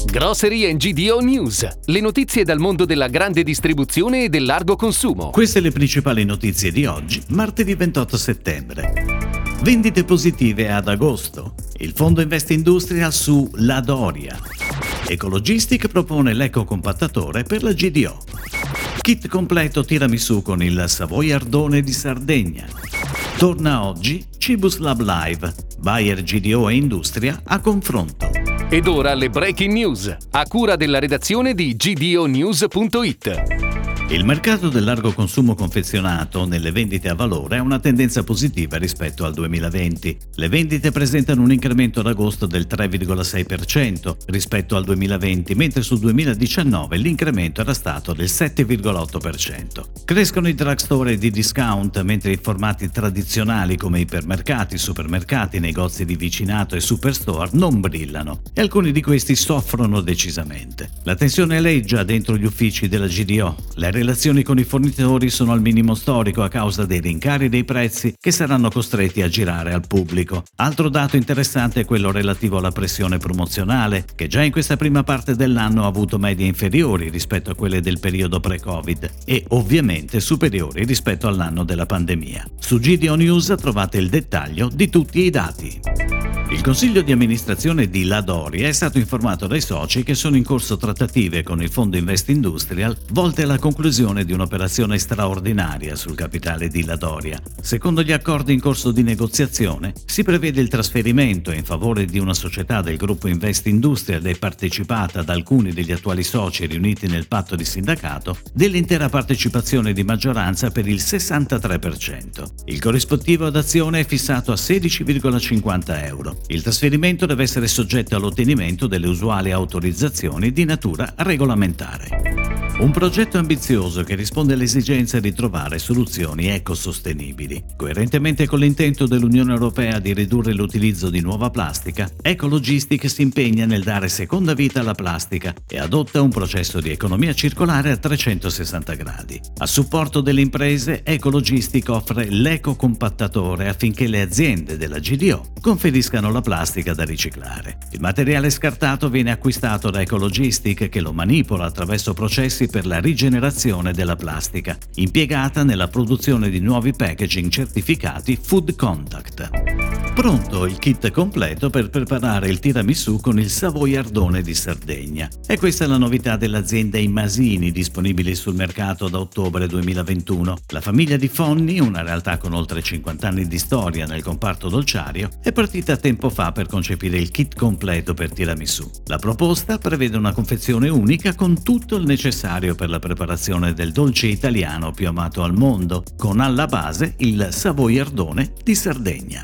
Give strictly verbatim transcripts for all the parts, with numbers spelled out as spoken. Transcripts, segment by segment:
Grocery and G D O News, le notizie dal mondo della grande distribuzione e del largo consumo. Queste le principali notizie di oggi, martedì ventotto settembre. Vendite positive ad agosto. Il fondo Invest Industrial su Ladoria. Ecologistic propone l'ecocompattatore per la G D O. Kit completo tiramisù con il Savoiardone di Sardegna. Torna oggi Cibus Lab Live, Bayer G D O e Industria a confronto. Ed ora le breaking news, a cura della redazione di G D O news punto it. Il mercato del largo consumo confezionato nelle vendite a valore ha una tendenza positiva rispetto al duemilaventi. Le vendite presentano un incremento ad agosto del tre virgola sei per cento rispetto al duemilaventi, mentre sul duemiladiciannove l'incremento era stato del sette virgola otto per cento. Crescono i drugstore e di discount, mentre i formati tradizionali come ipermercati, supermercati, negozi di vicinato e superstore non brillano e alcuni di questi soffrono decisamente. La tensione aleggia dentro gli uffici della G D O. Le Le relazioni con i fornitori sono al minimo storico a causa dei rincari dei prezzi che saranno costretti a girare al pubblico. Altro dato interessante è quello relativo alla pressione promozionale, che già in questa prima parte dell'anno ha avuto medie inferiori rispetto a quelle del periodo pre-Covid e ovviamente superiori rispetto all'anno della pandemia. Su G D O News trovate il dettaglio di tutti i dati. Il consiglio di amministrazione di Ladoria è stato informato dai soci che sono in corso trattative con il fondo Invest Industrial volte alla conclusione di un'operazione straordinaria sul capitale di Ladoria. Secondo gli accordi in corso di negoziazione, si prevede il trasferimento in favore di una società del gruppo Invest Industrial e partecipata da alcuni degli attuali soci riuniti nel patto di sindacato dell'intera partecipazione di maggioranza per il sessantatré per cento. Il corrispettivo ad azione è fissato a sedici virgola cinquanta euro. Il trasferimento deve essere soggetto all'ottenimento delle usuali autorizzazioni di natura regolamentare. Un progetto ambizioso che risponde all'esigenza di trovare soluzioni ecosostenibili. Coerentemente con l'intento dell'Unione Europea di ridurre l'utilizzo di nuova plastica, Ecologistic si impegna nel dare seconda vita alla plastica e adotta un processo di economia circolare a trecentosessanta gradi. A supporto delle imprese, Ecologistic offre l'ecocompattatore affinché le aziende della G D O conferiscano la plastica da riciclare. Il materiale scartato viene acquistato da Ecologistic, che lo manipola attraverso processi per la rigenerazione della plastica, impiegata nella produzione di nuovi packaging certificati Food Contact. Pronto il kit completo per preparare il tiramisù con il Savoiardone di Sardegna. E questa è la novità dell'azienda I Masini, disponibile sul mercato da ottobre duemilaventuno. La famiglia di Fonni, una realtà con oltre cinquanta anni di storia nel comparto dolciario, è partita tempo fa per concepire il kit completo per tiramisù. La proposta prevede una confezione unica con tutto il necessario per la preparazione del dolce italiano più amato al mondo, con alla base il Savoiardone di Sardegna.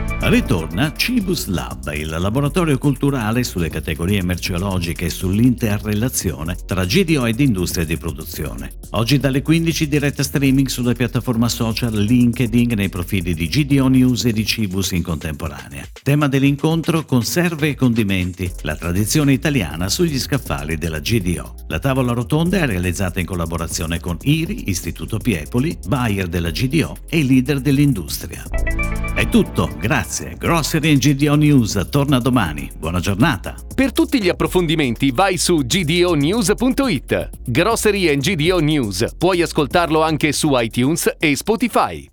Ritorna Cibus Lab, il laboratorio culturale sulle categorie merceologiche e sull'interrelazione tra G D O ed industria di produzione. Oggi dalle quindici diretta streaming sulla piattaforma social LinkedIn nei profili di G D O News e di Cibus in contemporanea. Tema dell'incontro: conserve e condimenti, la tradizione italiana sugli scaffali della G D O. La tavola rotonda è realizzata in collaborazione con I R I, Istituto Piepoli, Bayer della G D O e i leader dell'industria. È tutto, grazie. Grocery and G D O News torna domani. Buona giornata. Per tutti gli approfondimenti vai su G D O news punto it. Grocery and G D O News puoi ascoltarlo anche su iTunes e Spotify.